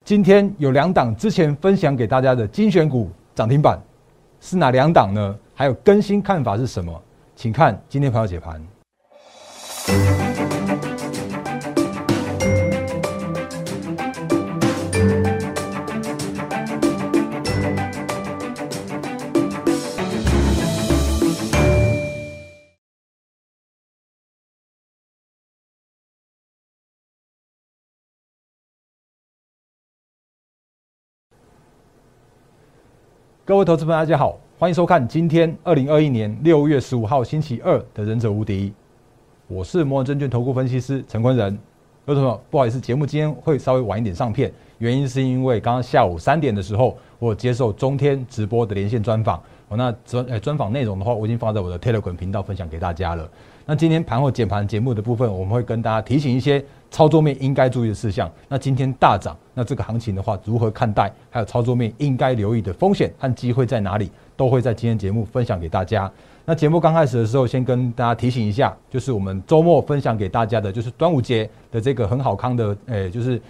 今天有2档之前分享给大家的精选股涨停板，是哪2档呢？还有更新看法是什么？请看今天盘后解盘。各位投资朋友大家好，欢迎收看今天2021年6月15号星期二的忍者无敌，我是摩尔证券投顾分析师陈坤仁。各位朋友，不好意思，节目今天会稍微晚一点上片，原因是因为刚刚下午3点的时候，我接受中天直播的连线专访，那专访内容的话，我已经放在我的 Telegram 频道分享给大家了。那今天盘后解盘节目的部分，我们会跟大家提醒一些操作面应该注意的事项。那今天大涨，那这个行情的话如何看待？还有操作面应该留意的风险和机会在哪里，都会在今天节目分享给大家。那节目刚开始的时候，先跟大家提醒一下，就是我们周末分享给大家的，就是端午节的这个很好康的，就是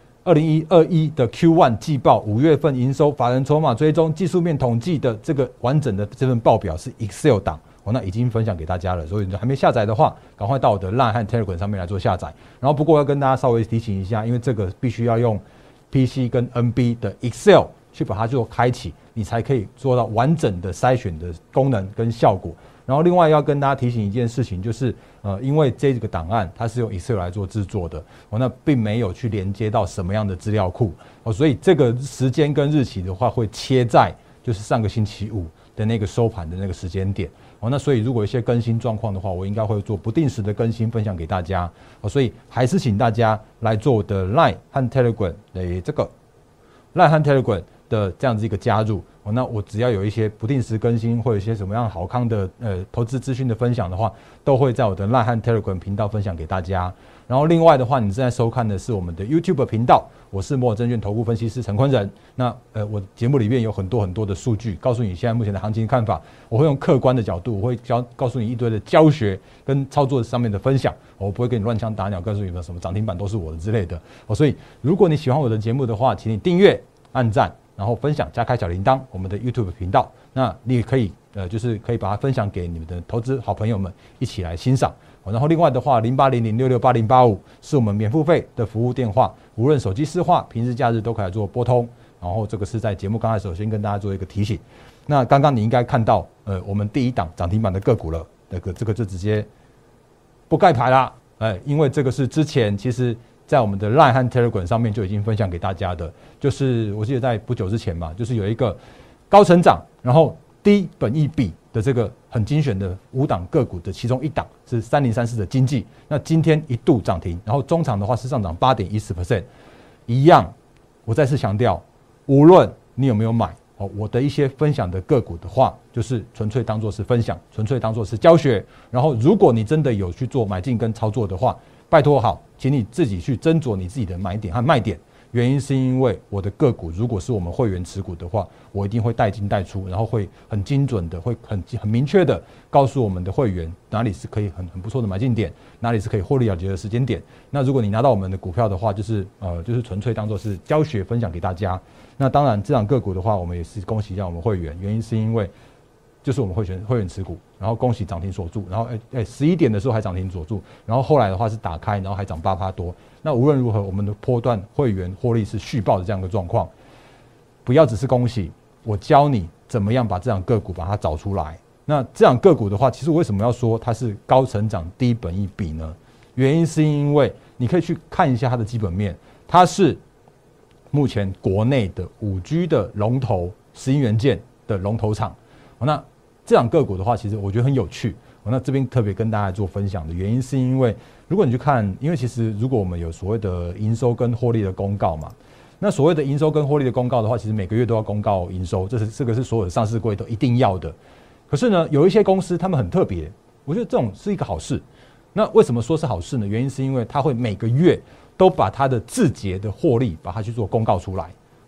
2021的 Q1 季报5月份营收、法人筹码追踪、技术面统计的这个完整的这份报表是 Excel 档。那已经分享给大家了，所以你还没下载的话，赶快到我的 LINE 和 Telegram 上面来做下载。然后不过要跟大家稍微提醒一下，因为这个必须要用 PC 跟 NB 的 Excel 去把它做开启，你才可以做到完整的筛选的功能跟效果。然后另外要跟大家提醒一件事情，就是因为这个档案它是用 Excel 来做制作的，那并没有去连接到什么样的资料库，所以这个时间跟日期的话会切在就是上个星期五的那个收盘的那个时间点。那所以如果有一些更新状况的话，我应该会做不定时的更新分享给大家。所以还是请大家来做我的 LINE 和 Telegram 的这个 LINE 和 Telegram 的这样子一个加入。那我只要有一些不定时更新或有一些什么样好康的投资资讯的分享的话，都会在我的 LINE 和 Telegram 频道分享给大家。然后另外的话，你正在收看的是我们的 YouTube 频道，我是摩尔证券投顾分析师陈坤仁。那我节目里面有很多的数据，告诉你现在目前的行情看法。我会用客观的角度，我会告诉你一堆的教学跟操作上面的分享，我不会跟你乱枪打鸟，告诉你们什么涨停板都是我的之类的。所以如果你喜欢我的节目的话，请你订阅、按赞，然后分享加开小铃铛，我们的 YouTube 频道。那你也可以就是可以把它分享给你们的投资好朋友们一起来欣赏。然后另外的话，0800668085是我们免付费的服务电话，无论手机市话、平日假日都可以来做拨通。然后这个是在节目刚开始首先跟大家做一个提醒。那刚刚你应该看到我们第1档涨停板的个股了，这个就直接不盖牌啦，因为这个是之前其实在我们的 LINE 和 Telegram 上面就已经分享给大家的，就是我记得在不久之前嘛，就是有一个高成长，然后低本益比的这个很精选的5档个股的其中1档是3034的经济，那今天一度涨停，然后中场的话是上涨 8.14%， 一样，我再次强调，无论你有没有买，我的一些分享的个股的话，就是纯粹当作是分享，纯粹当作是教学。然后如果你真的有去做买进跟操作的话，拜托好，请你自己去斟酌你自己的买点和卖点。原因是因为我的个股如果是我们会员持股的话，我一定会带进带出，然后会很精准的，会很明确的告诉我们的会员哪里是可以很不错的买进点，哪里是可以获利了结的时间点。那如果你拿到我们的股票的话，就是纯粹当作是教学分享给大家。那当然这档个股的话，我们也是恭喜一下我们会员，原因是因为就是我们会员持股，然后恭喜涨停锁住，然后11点的时候还涨停锁住，然后后来的话是打开，然后还涨8%多。那无论如何，我们的波段会员获利是续报的这样一个状况，不要只是恭喜，我教你怎么样把这档个股把它找出来。那这档个股的话，其实我为什么要说它是高成长低本益比呢？原因是因为你可以去看一下它的基本面，它是目前国内的5G 的龙头石英元件的龙头厂。那这档个股的话，其实我觉得很有趣。那这边特别跟大家做分享的原因，是因为如果你去看，因为其实如果我们有所谓的营收跟获利的公告嘛，那所谓的营收跟获利的公告的话，其实每个月都要公告营收，这个是所有的上市柜都一定要的。可是呢，有一些公司他们很特别，我觉得这种是一个好事。那为什么说是好事呢？原因是因为它会每个月都把它的自结的获利把它去做公告出来。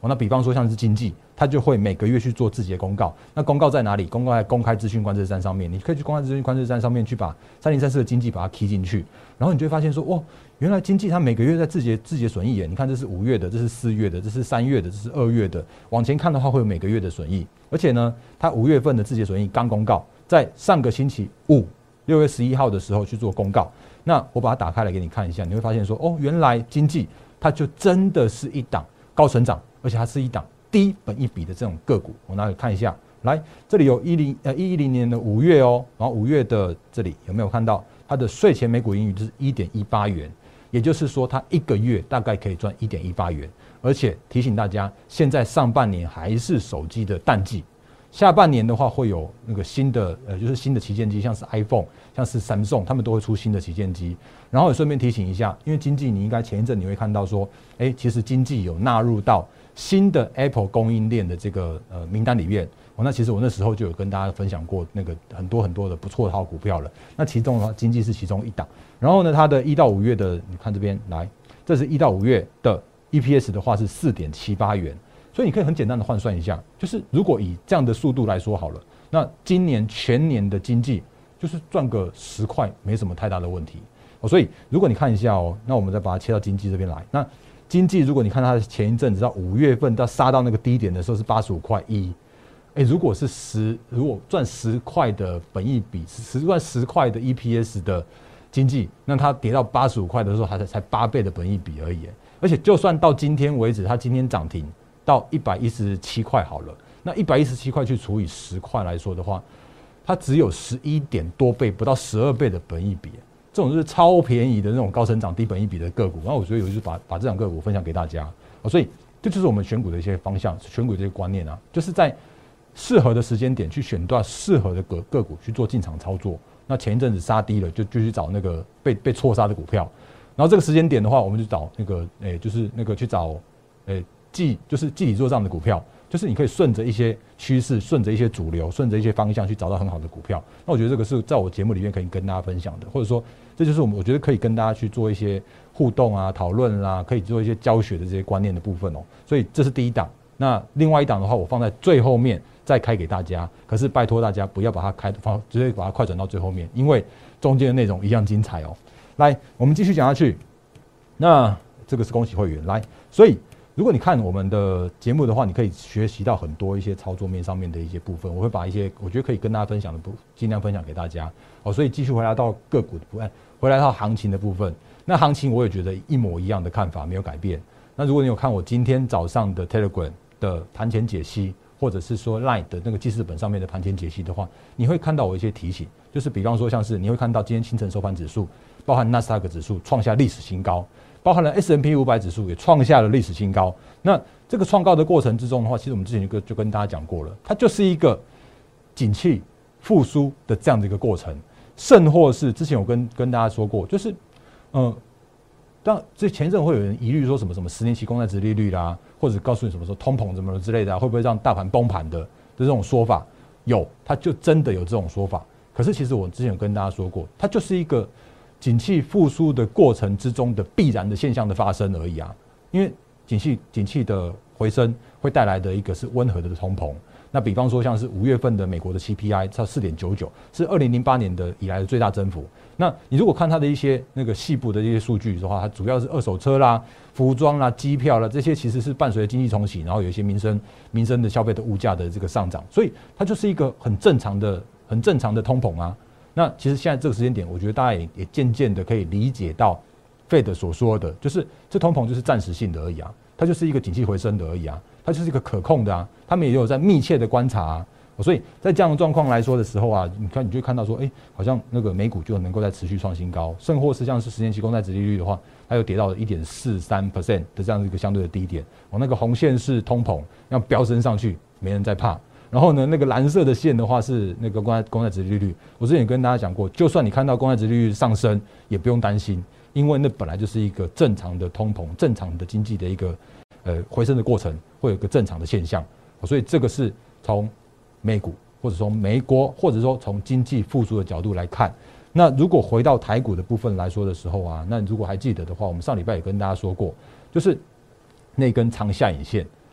那比方说像是经济，它就会每个月去做自己的公告。那公告在哪里？公告在公开资讯观测站上面，你可以去公开资讯观测站上面去把3034的经济把它 key 进去，然后你就会发现说，哦，原来经济它每个月在自己的损益耶。你看这是5月的，这是4月的，这是3月的，这是2月的。往前看的话，会有每个月的损益，而且呢，它5月份的自己的损益刚公告，在上个星期五6月11号的时候去做公告。那我把它打开来给你看一下，你会发现说，哦，原来经济它就真的是一档高成长，而且它是一档低本益比的这种个股。我拿来看一下，来，这里有110年的5月哦，然后5月的这里有没有看到它的税前每股盈余就是 1.18 元，也就是说它一个月大概可以赚 1.18 元。而且提醒大家，现在上半年还是手机的淡季。下半年的话会有那个新的就是新的旗舰机，像是 iPhone， 像是 Samsung， 他们都会出新的旗舰机。然后也顺便提醒一下，因为经济你应该前一阵你会看到说，其实经济有纳入到新的 Apple 供应链的这个名单里面。那其实我那时候就有跟大家分享过那个很多的不错的好股票了。那其中的话，经济是其中一档。然后呢，它的1到5月的，你看这边来，这是1到5月的 EPS 的话是 4.78 元。所以你可以很简单的换算一下，就是如果以这样的速度来说好了，那今年全年的经济就是赚个10块，没什么太大的问题。所以如果你看一下哦，那我们再把它切到经济这边来。那经济如果你看它前一阵子到5月份到杀到那个低点的时候是85块1，如果赚10块的本益比赚10块的 EPS 的经济，那它跌到85块的时候，它才8倍的本益比而已。而且就算到今天为止，它今天涨停到117块好了，那117块去除以10块来说的话，它只有11点多倍，不到12倍的本益比，这种就是超便宜的那种高成长低本益比的个股。然后所以我就把这两个股分享给大家。所以这就是我们选股的一些方向，选股的这些观念啊，就是在适合的时间点去选到适合的个股去做进场操作。那前一阵子杀低了，就去找那个被错杀的股票。然后这个时间点的话，我们就找那个就是那个去找就是季底做账的股票，就是你可以顺着一些趋势，顺着一些主流，顺着一些方向去找到很好的股票。那我觉得这个是在我节目里面可以跟大家分享的，或者说这就是我觉得可以跟大家去做一些互动啊、讨论啦，可以做一些教学的这些观念的部分哦。所以这是第一档。那另外一档的话，我放在最后面再开给大家。可是拜托大家不要把它直接把它快转到最后面，因为中间的内容一样精彩哦。来，我们继续讲下去。那这个是恭喜会员来，所以如果你看我们的节目的话，你可以学习到很多一些操作面上面的一些部分。我会把一些我觉得可以跟大家分享的尽量分享给大家。所以继续回来到个股的部分，回来到行情的部分。那行情我也觉得一模一样的看法没有改变。那如果你有看我今天早上的 Telegram 的盘前解析，或者是说 LINE 的那个记事本上面的盘前解析的话，你会看到我一些提醒，就是比方说像是你会看到今天清晨收盘指数，包含纳斯达克指数创下历史新高。包含了 S&P 500指数也创下了历史新高。那这个创高的过程之中的话，其实我们之前就跟大家讲过了，它就是一个景气复苏的这样的一个过程，甚或是之前有跟大家说过，就是当这前一阵会有人疑虑说什么10年期公债殖利率啦，或者告诉你什么说通膨什么之类的，会不会让大盘崩盘的这种说法，有，它就真的有这种说法。可是其实我之前有跟大家说过，它就是一个景气复苏的过程之中的必然的现象的发生而已啊，因为景气的回升会带来的一个是温和的通膨。那比方说像是5月份的美国的 CPI 它 4.99， 是2008年的以来的最大增幅。那你如果看它的一些那个细部的一些数据的话，它主要是二手车啦、服装啦、机票啦，这些其实是伴随着经济重启，然后有一些民生的消费的物价的这个上涨，所以它就是一个很正常的通膨啊。那其实现在这个时间点，我觉得大家也渐渐的可以理解到 Fed 所说的，就是这通膨就是暂时性的而已啊，它就是一个景气回升的而已啊，它就是一个可控的啊，他们也有在密切的观察啊。所以在这样的状况来说的时候啊，你就会看到说，好像那个美股就能够在持续创新高，甚或是像是10年期公债殖利率的话，它又跌到了 1.43% 的这样一个相对的低点。那个红线是通膨要飙升上去，没人在怕。然后呢，那个蓝色的线的话是那个公债殖利率。我之前也跟大家讲过，就算你看到公债殖利率上升，也不用担心，因为那本来就是一个正常的通膨、正常的经济的一个回升的过程，会有一个正常的现象。所以这个是从美股或者从美国或者说从经济复苏的角度来看。那如果回到台股的部分来说的时候啊，那如果还记得的话，我们上礼拜也跟大家说过，就是那根长下影线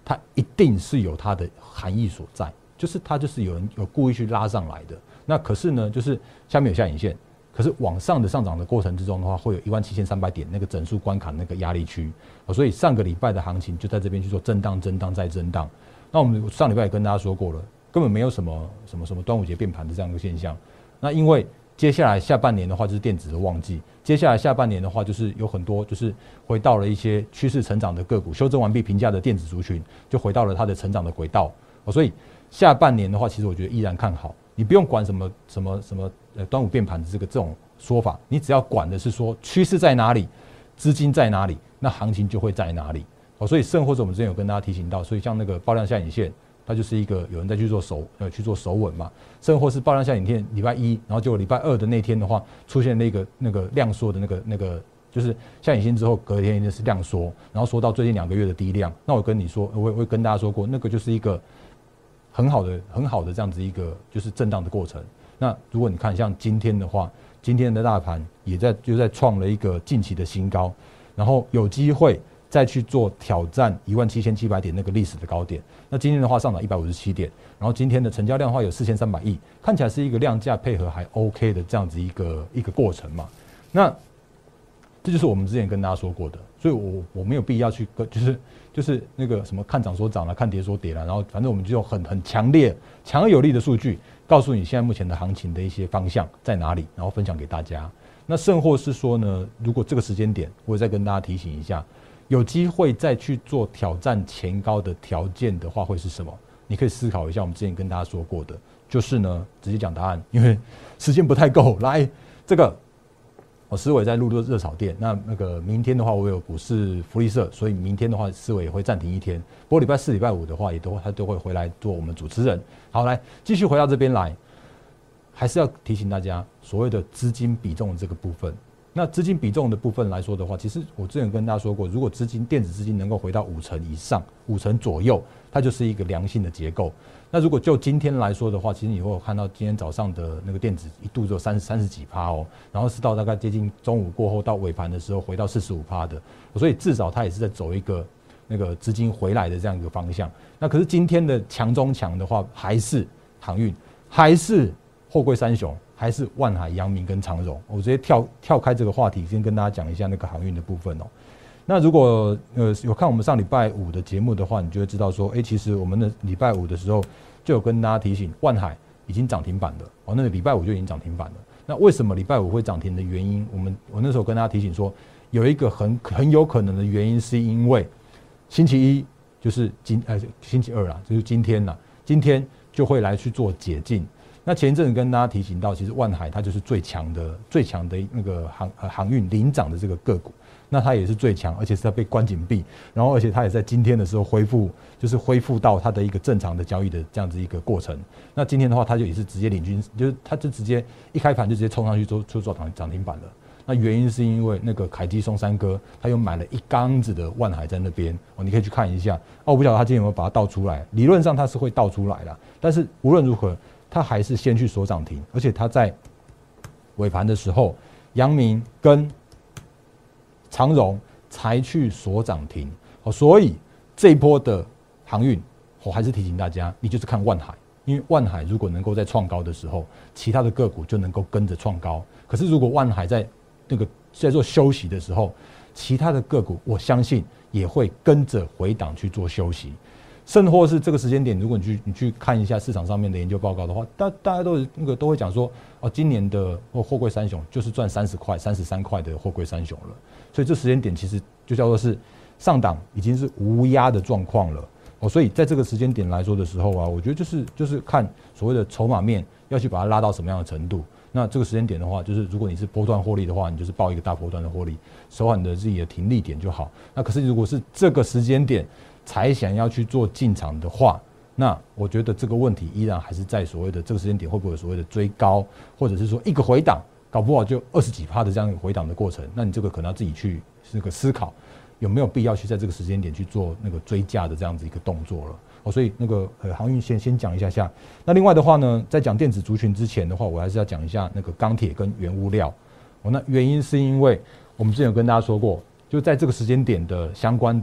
它一定是有它的含义所在，就是它就是有人有故意去拉上来的。那可是呢，就是下面有下影线，可是往上的上涨的过程之中的话，会有17300点那个整数关卡那个压力区，所以上个礼拜的行情就在这边去做震荡、震荡再震荡。那我们上礼拜也跟大家说过了，根本没有什么端午节变盘的这样一个现象。那因为接下来下半年的话就是电子的旺季，接下来下半年的话就是有很多就是回到了一些趋势成长的个股，修正完毕评价的电子族群就回到了它的成长的轨道。所以下半年的话，其实我觉得依然看好。你不用管什么端午变盘的这种说法，你只要管的是说趋势在哪里，资金在哪里，那行情就会在哪里。所以甚或者我们之前有跟大家提醒到，所以像那个爆量下影线，它就是一个有人在去做手稳嘛，甚或是爆量下影线礼拜一，然后结果礼拜二的那天的话，出现那个量缩的那个就是下影线之后隔天就是量缩，然后缩到最近2个月的低量。那我跟你说，我会跟大家说过，那个就是一个很好的这样子一个就是震荡的过程。那如果你看像今天的话，今天的大盘就在创了一个近期的新高，然后有机会再去做挑战17700点那个历史的高点。那今天的话上涨157点，然后今天的成交量的话有4300亿，看起来是一个量价配合还 OK 的这样子一个过程嘛。那这就是我们之前跟大家说过的，所以我没有必要去就是那个什么看涨说涨了，看跌说跌了，然后反正我们就用很强烈、强而有力的数据告诉你现在目前的行情的一些方向在哪里，然后分享给大家。那甚或是说呢，如果这个时间点，我也再跟大家提醒一下，有机会再去做挑战前高的条件的话，会是什么？你可以思考一下，我们之前跟大家说过的，就是呢，直接讲答案，因为时间不太够。来，这个我思维在录热炒店，那个明天的话，我有股市福利社，所以明天的话，思维也会暂停1天。不过礼拜4、礼拜5的话，他都会回来做我们主持人。好，来继续回到这边来，还是要提醒大家，所谓的资金比重的这个部分。那资金比重的部分来说的话，其实我之前跟大家说过，如果电子资金能够回到50%以上，50%左右，它就是一个良性的结构。那如果就今天来说的话，其实你会有看到今天早上的那个电子一度就30几%哦，然后是到大概接近中午过后到尾盘的时候回到45%的，所以至少它也是在走一个那个资金回来的这样一个方向。那可是今天的强中强的话，还是航运，还是货柜三雄，还是万海、阳明跟长荣。我直接跳开这个话题，先跟大家讲一下那个航运的部分哦。那如果有看我们上礼拜5的节目的话，你就会知道说，其实我们的礼拜5的时候就有跟大家提醒，万海已经涨停板了哦，那个礼拜5就已经涨停板了。那为什么礼拜5会涨停的原因，我那时候跟大家提醒说，有一个很有可能的原因，是因为星期一就是星期二啦，就是今天啦，今天就会来去做解禁。那前一阵子跟大家提醒到，其实万海它就是最强的那个航运领涨的这个个股，那它也是最强，而且是它被关紧闭，然后而且它也在今天的时候恢复到它的一个正常的交易的这样子一个过程。那今天的话，它就也是直接领军，就是它就直接一开盘就直接冲上去做涨停板了。那原因是因为那个凯基松山哥他又买了一缸子的万海在那边哦，你可以去看一下哦。我不晓得他今天有没有把它倒出来，理论上它是会倒出来啦，但是无论如何，它还是先去锁涨停，而且它在尾盘的时候，阳明跟长荣才去锁涨停哦，所以这一波的航运，我还是提醒大家，你就是看万海，因为万海如果能够在创高的时候，其他的个股就能够跟着创高。可是如果万海在做休息的时候，其他的个股我相信也会跟着回档去做休息。甚或是这个时间点，如果你去看一下市场上面的研究报告的话，大家都会讲说，哦，今年的货柜三雄就是赚30块、33块的货柜三雄了。所以这时间点其实就叫做是上档已经是无压的状况了。哦，所以在这个时间点来说的时候啊，我觉得就是看所谓的筹码面要去把它拉到什么样的程度。那这个时间点的话，就是如果你是波段获利的话，你就是报一个大波段的获利，守好你的自己的停利点就好。那可是如果是这个时间点才想要去做进场的话，那我觉得这个问题依然还是在所谓的这个时间点会不会有所谓的追高，或者是说一个回档，搞不好就20几%的这样一个回档的过程，那你这个可能要自己去那个思考，有没有必要去在这个时间点去做那个追价的这样子一个动作了。哦，所以那个航运先讲一下。那另外的话呢，在讲电子族群之前的话，我还是要讲一下那个钢铁跟原物料。哦，那原因是因为我们之前有跟大家说过，就在这个时间点的相关的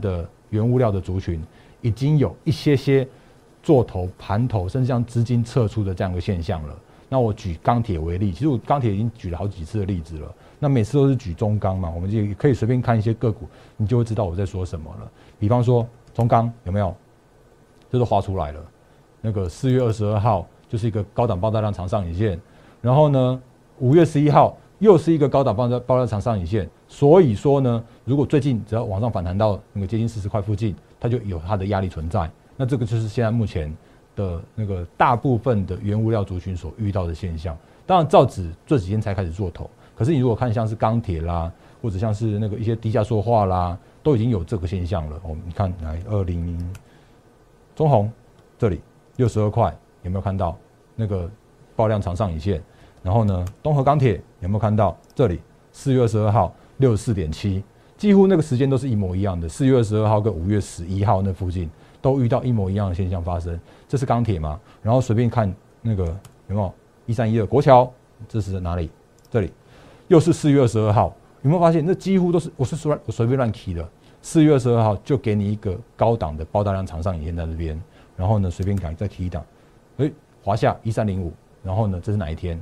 原物料的族群，已经有一些做头、盘头，甚至像资金撤出的这样一个现象了。那我举钢铁为例，其实我钢铁已经举了好几次的例子了。那每次都是举中钢嘛，我们也可以随便看一些个股，你就会知道我在说什么了。比方说中钢有没有？这都画出来了。那个4月22号就是一个高档爆大量长上影线，然后呢5月11号又是一个高档爆大量长上影线。所以说呢，如果最近只要往上反弹到那个接近40块附近，它就有它的压力存在。那这个就是现在目前的那个大部分的原物料族群所遇到的现象。当然造纸这几天才开始做头，可是你如果看像是钢铁啦，或者像是那个一些低价塑化啦，都已经有这个现象了。你看来20中红这里62块，有没有看到那个爆量长上影线？然后呢，东和钢铁有没有看到这里4月22号64.7，几乎那个时间都是一模一样的。4月22号跟5月11号那附近都遇到一模一样的现象发生。这是钢铁嘛？然后随便看那个有没有1312国桥，这是哪里？这里又是4月22号，有没有发现？那几乎都是我随便乱 key 的。4月22号就给你一个高档的爆大量长上影线在这边，然后呢随便改再提一档，华夏1305，然后呢这是哪一天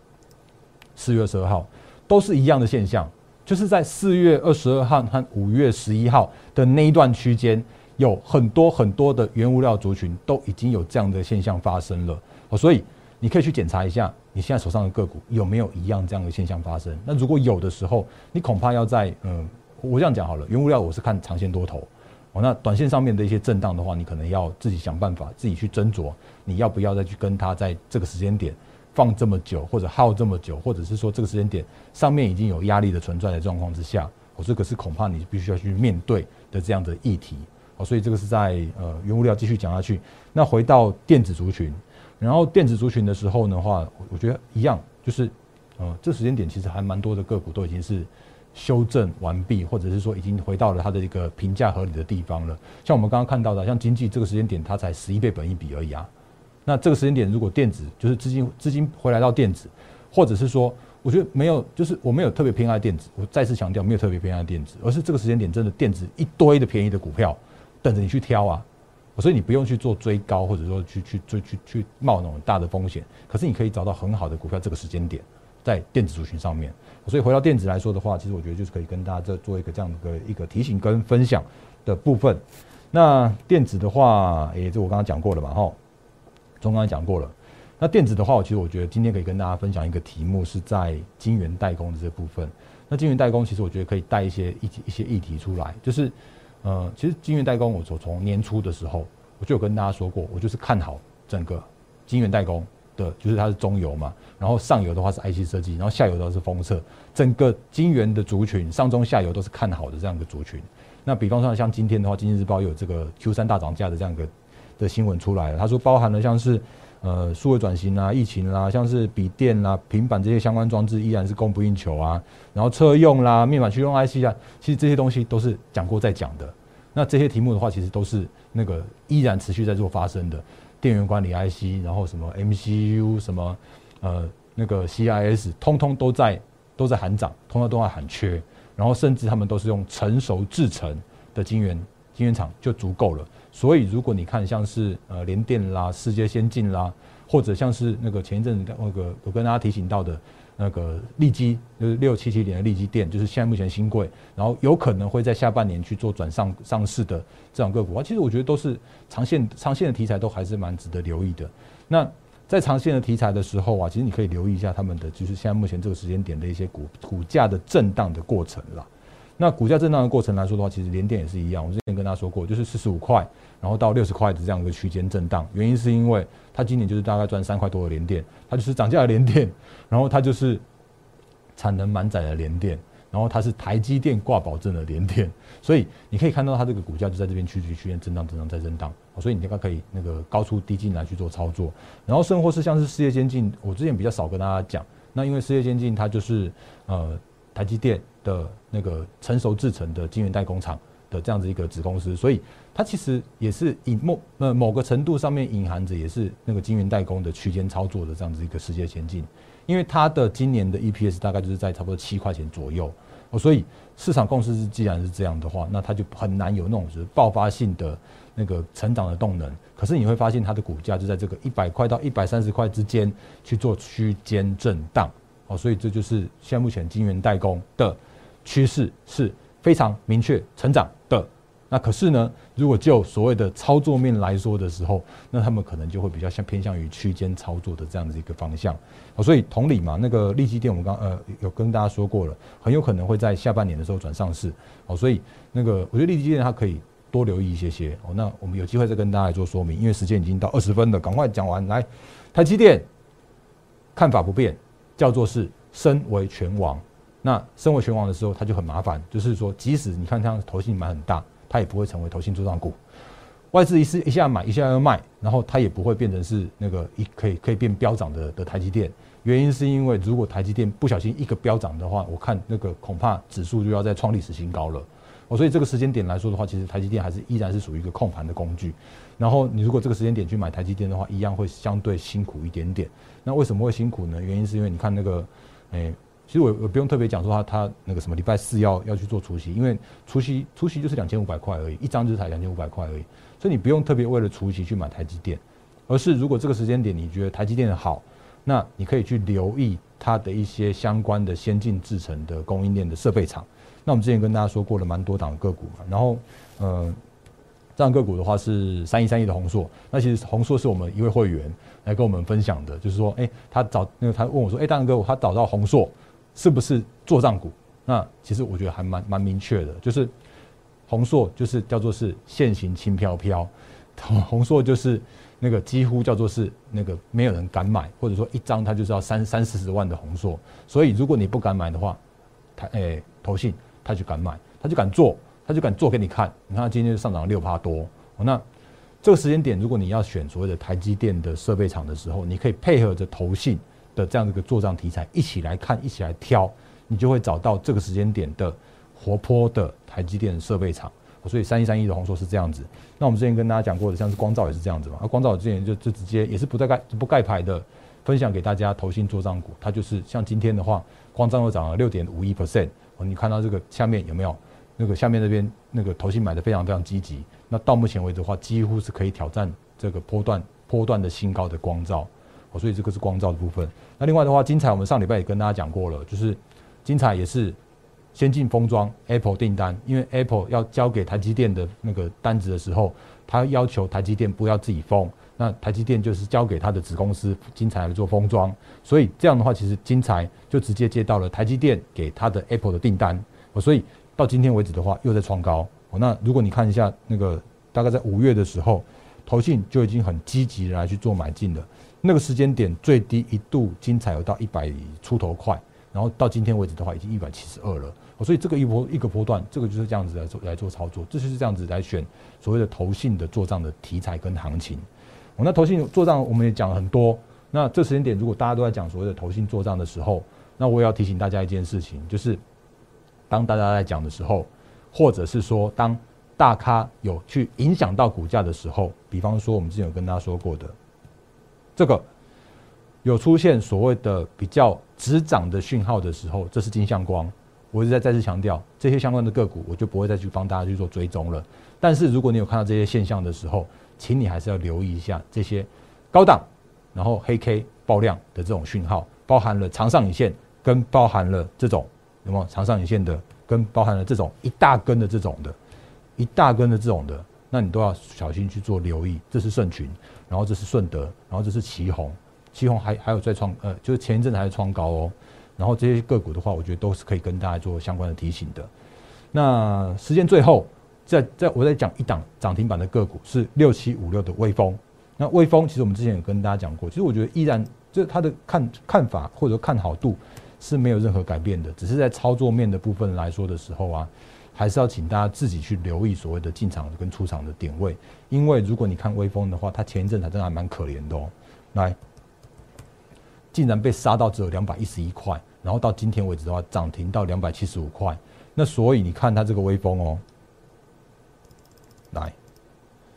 ？4月22号，都是一样的现象，就是在4月22号和5月11号的那一段区间，有很多的原物料族群都已经有这样的现象发生了。所以你可以去检查一下你现在手上的个股有没有一样这样的现象发生。那如果有的时候，你恐怕要在我这样讲好了，原物料我是看长线多头，那短线上面的一些震荡的话，你可能要自己想办法，自己去斟酌，你要不要再去跟它在这个时间点放这么久，或者耗这么久，或者是说这个时间点上面已经有压力的存在的状况之下，这个是恐怕你必须要去面对的这样的议题。所以这个是在原物料继续讲下去。那回到电子族群，然后电子族群的时候的话，我觉得一样，就是这时间点其实还蛮多的个股都已经是修正完毕，或者是说已经回到了它的一个评价合理的地方了。像我们刚刚看到的，像经济这个时间点，它才11倍本益比而已啊。那这个时间点，如果电子就是资金回来到电子，或者是说，我觉得没有，就是我没有特别偏爱电子，我再次强调没有特别偏爱电子，而是这个时间点真的电子一堆的便宜的股票等着你去挑啊。所以你不用去做追高，或者说去冒那种大的风险，可是你可以找到很好的股票，这个时间点在电子族群上面。所以回到电子来说的话，其实我觉得就是可以跟大家做一个这样的一个提醒跟分享的部分。那电子的话，这我刚刚讲过了嘛，中刚才讲过了。那电子的话，其实我觉得今天可以跟大家分享一个题目，是在晶圆代工的这部分。那晶圆代工其实我觉得可以带一些议题出来，就是其实晶圆代工我从年初的时候我就有跟大家说过，我就是看好整个晶圆代工的，就是它是中游嘛，然后上游的话是 IC 设计，然后下游的话是封测，整个晶圆的族群上中下游都是看好的这样一个族群。那比方说像今天的话，经济日报有这个 Q3 大涨价的这样一个的新闻出来了，他说包含了像是数位转型啦、疫情啦，像是笔电啦、平板这些相关装置依然是供不应求啊，然后车用啦、面板驱动 IC 啊，其实这些东西都是讲过再讲的。那这些题目的话，其实都是那个依然持续在做发生的。电源管理 IC， 然后什么 MCU， 什么那个 CIS， 通通都在喊涨，通通都在喊缺，然后甚至他们都是用成熟制程的晶圆厂就足够了。所以如果你看像是联电啦、世界先进啦，或者像是那个前一阵子那个我跟大家提醒到的那个利基，就是6770的利基电，就是现在目前新贵，然后有可能会在下半年去做转上市的这种个股，其实我觉得都是长线的题材，都还是蛮值得留意的。那在长线的题材的时候啊，其实你可以留意一下他们的，就是现在目前这个时间点的一些股价的震荡的过程啦。那股价震荡的过程来说的话，其实联电也是一样，我之前跟大家说过，就是45块，然后到60块的这样一个区间震荡，原因是因为它今年就是大概赚3块多的联电，它就是涨价的联电，然后它就是产能满载的联电，然后它是台积电挂保证的联电，所以你可以看到它这个股价就在这边区间震荡再震荡，所以你大概可以那个高出低进来去做操作，然后甚或是像是世界先进，我之前比较少跟大家讲，那因为世界先进它就是台积电的那个成熟制程的晶圆代工厂的这样子一个子公司，所以它其实也是某个程度上面隐含着也是那个晶圆代工的区间操作的这样子一个世界先进，因为它的今年的 EPS 大概就是在差不多7块钱左右， 所以市场共识既然是这样的话，那它就很难有那种就是爆发性的那个成长的动能。可是你会发现它的股价就在这个100块到130块之间去做区间震荡，所以这就是现在目前晶圆代工的趋势是非常明确成长的。那可是呢，如果就所谓的操作面来说的时候，那他们可能就会比较偏向于区间操作的这样子一个方向。所以同理嘛，那个力积电我们刚有跟大家说过了，很有可能会在下半年的时候转上市。所以那个我觉得力积电它可以多留意一些。那我们有机会再跟大家来做说明，因为时间已经到20分了，赶快讲完。来，台积电看法不变，叫做是身为全王。那身为全王的时候，它就很麻烦，就是说，即使你看它投信买很大，它也不会成为投信作战股。外资一下买一下要卖，然后它也不会变成是那个可以变飙涨的台积电。原因是因为如果台积电不小心一个飙涨的话，我看那个恐怕指数就要再创历史新高了。所以这个时间点来说的话，其实台积电依然是属于一个控盘的工具。然后你如果这个时间点去买台积电的话，一样会相对辛苦一点点。那为什么会辛苦呢？原因是因为你看那个，其实我不用特别讲说它那个什么礼拜四要去做除息，因为除息就是2500块而已，一张就是才2500块而已，所以你不用特别为了除息去买台积电，而是如果这个时间点你觉得台积电好，那你可以去留意它的一些相关的先进制程的供应链的设备厂。那我们之前跟大家说过了蛮多档个股嘛，然后这样个股的话是3131的宏硕，那其实宏硕是我们一位会员来跟我们分享的，就是说，他问我说，大哥，他找到宏硕是不是作战股？那其实我觉得还蛮明确的，就是宏硕就是叫做是现行轻飘飘，宏硕就是那个几乎叫做是那个没有人敢买，或者说一张它就是要30-40万的宏硕，所以如果你不敢买的话，投信他就敢买，他就敢做。他就敢做给你看，你看他今天就上涨了6%多。那这个时间点，如果你要选所谓的台积电的设备厂的时候，你可以配合着投信的这样的一个作战题材一起来看，一起来挑，你就会找到这个时间点的活泼的台积电设备厂。所以3131的宏硕是这样子。那我们之前跟大家讲过的，像是光罩也是这样子嘛。光罩之前就直接也是不盖牌的分享给大家投信作战股，它就是像今天的话，光罩又涨了6.51%。你看到这个下面有没有？那个下面那边那个投信买的非常非常积极，那到目前为止的话，几乎是可以挑战这个波段的新高的光罩，所以这个是光罩的部分。那另外的话，精彩我们上礼拜也跟大家讲过了，就是精彩也是先进封装 Apple 订单，因为 Apple 要交给台积电的那个单子的时候，他要求台积电不要自己封，那台积电就是交给他的子公司精彩来做封装，所以这样的话，其实精彩就直接接到了台积电给他的 Apple 的订单，所以到今天为止的话，又在创高。那如果你看一下那个大概在5月的时候，投信就已经很积极的来去做买进了。那个时间点最低一度精彩有到100出头块，然后到今天为止的话，已经172了。所以这个一个波段，这个就是这样子来做操作，这就是这样子来选所谓的投信的做账的题材跟行情。那投信做账我们也讲了很多。那这时间点如果大家都在讲所谓的投信做账的时候，那我也要提醒大家一件事情，就是当大家在讲的时候，或者是说当大咖有去影响到股价的时候，比方说我们之前有跟大家说过的，这个有出现所谓的比较止涨的讯号的时候，这是金相光。我一直再次强调，这些相关的个股我就不会再去帮大家去做追踪了。但是如果你有看到这些现象的时候，请你还是要留意一下这些高档然后黑 K 爆量的这种讯号，包含了长上影线跟包含了这种有没有长上影线的，跟包含了这种一大根的这种的，那你都要小心去做留意。这是盛群，然后这是顺德，然后这是奇宏还有在就是前一阵子还是创高哦。然后这些个股的话，我觉得都是可以跟大家做相关的提醒的。那时间最后，我再讲一档涨停板的个股是6756的微风。那微风其实我们之前有跟大家讲过，其实我觉得依然就是它的看法或者看好度是没有任何改变的，只是在操作面的部分来说的时候啊，还是要请大家自己去留意所谓的进场跟出场的点位。因为如果你看微风的话，它前一阵才真的还蛮可怜的哦，来，竟然被杀到只有211块，然后到今天为止的话，涨停到275块。那所以你看它这个微风哦，来，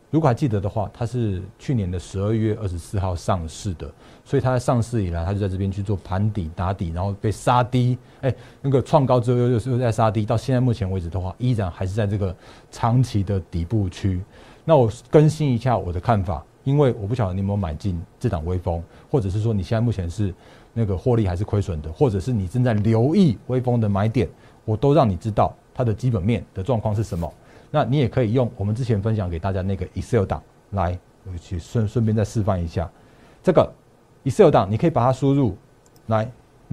如果还记得的话，它是去年的12月24号上市的，所以它在上市以来，它就在这边去做盘底打底，然后被杀低，那个创高之后又在杀低，到现在目前为止的话，依然还是在这个长期的底部区。那我更新一下我的看法，因为我不晓得你有没有买进这档微风，或者是说你现在目前是那个获利还是亏损的，或者是你正在留意微风的买点，我都让你知道它的基本面的状况是什么。那你也可以用我们之前分享给大家那个 Excel 档来，我去顺便再示范一下。这个 Excel 档你可以把它输入来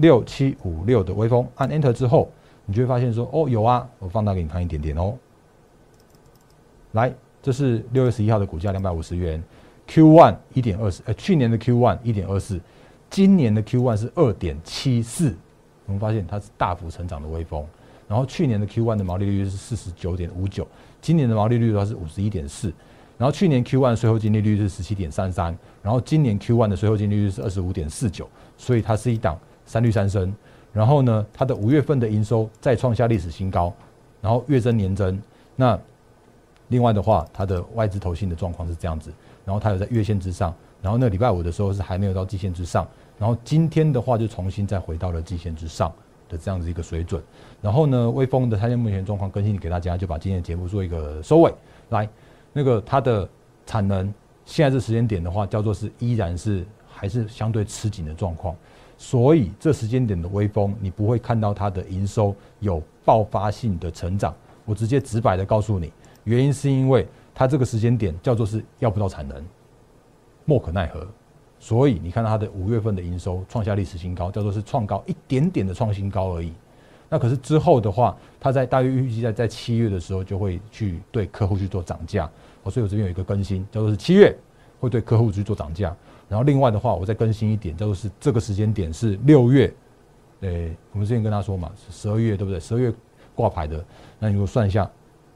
6756的微风，按 Enter 之后，你就会发现说，哦，有啊，我放大给你看一点点哦。来，这是6月11号的股价250元 ，Q1 1.24，去年的 Q1 1.24，今年的 Q1 是2.74，我们发现它是大幅成长的微风。然后去年的 Q1 的毛利率是 49.59%， 今年的毛利率的话是 51.4%， 然后去年 Q1 的税后净利率是 17.33%， 然后今年 Q1 的税后净利率是 25.49%， 所以它是一档三率三升。然后呢，它的5月份的营收再创下历史新高，然后月增年增。那另外的话，它的外资投信的状况是这样子，然后它有在月线之上，然后那礼拜五的时候是还没有到季线之上，然后今天的话就重新再回到了季线之上的这样子一个水准。然后呢，微风的它现在目前状况更新给大家，就把今天的节目做一个收尾。来，那个它的产能现在这时间点的话，叫做是依然是还是相对吃紧的状况，所以这时间点的微风，你不会看到它的营收有爆发性的成长。我直接直白的告诉你，原因是因为它这个时间点叫做是要不到产能，莫可奈何。所以你看到它的5月份的营收创下历史新高，叫做是创高一点点的创新高而已。那可是之后的话，它在大约预计在7月的时候就会去对客户去做涨价，所以我这边有一个更新，叫做是7月会对客户去做涨价。然后另外的话，我再更新一点，叫做是这个时间点是6月，我们之前跟他说嘛，是12月对不对？12月挂牌的，那你如果算一下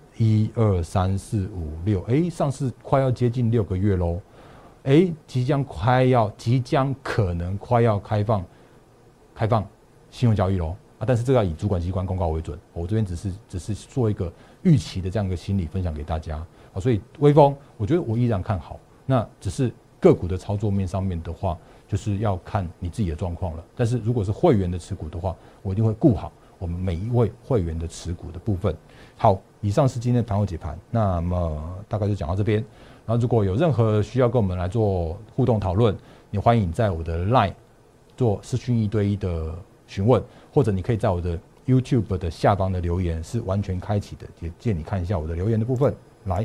，1、2、3、4、5、6，上市快要接近6个月喽。即将可能快要开放信用交易喽但是这个要以主管机关公告为准。我这边只是做一个预期的这样一个心理分享给大家所以微风，我觉得我依然看好。那只是个股的操作面上面的话，就是要看你自己的状况了。但是如果是会员的持股的话，我一定会顾好我们每一位会员的持股的部分。好，以上是今天的盘后解盘，那么大概就讲到这边。然后如果有任何需要跟我们来做互动讨论，你欢迎在我的 LINE 做视讯1对1的询问，或者你可以在我的 YouTube 的下方的留言是完全开启的，也建议你看一下我的留言的部分。来，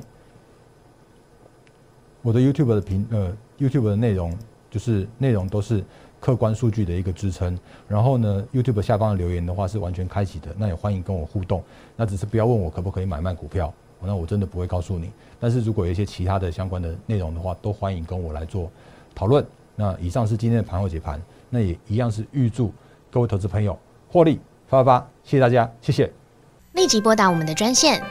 我的 YouTube 的YouTube 的内容就是内容都是客观数据的一个支撑。然后呢 ，YouTube 下方的留言的话是完全开启的，那也欢迎跟我互动。那只是不要问我可不可以买卖股票。那我真的不会告诉你，但是如果有一些其他的相关的内容的话，都欢迎跟我来做讨论。那以上是今天的盘后解盘，那也一样是预祝各位投资朋友获利发发，谢谢大家，谢谢。 立即拨打我们的专线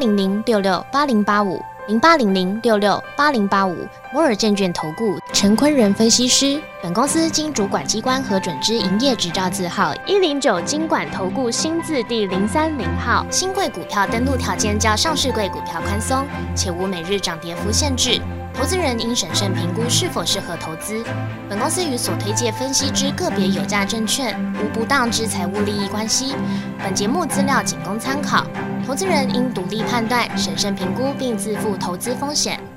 08006680850800668085摩尔证券投顾陈坤仁分析师。本公司经主管机关核准之营业执照字号109金管投顾新字第030号。新贵股票登录条件较上市贵股票宽松，且无每日涨跌幅限制。投资人应审慎评估是否适合投资。本公司与所推介分析之个别有价证券无不当之财务利益关系。本节目资料仅供参考，投资人应独立判断、审慎评估并自负投资风险。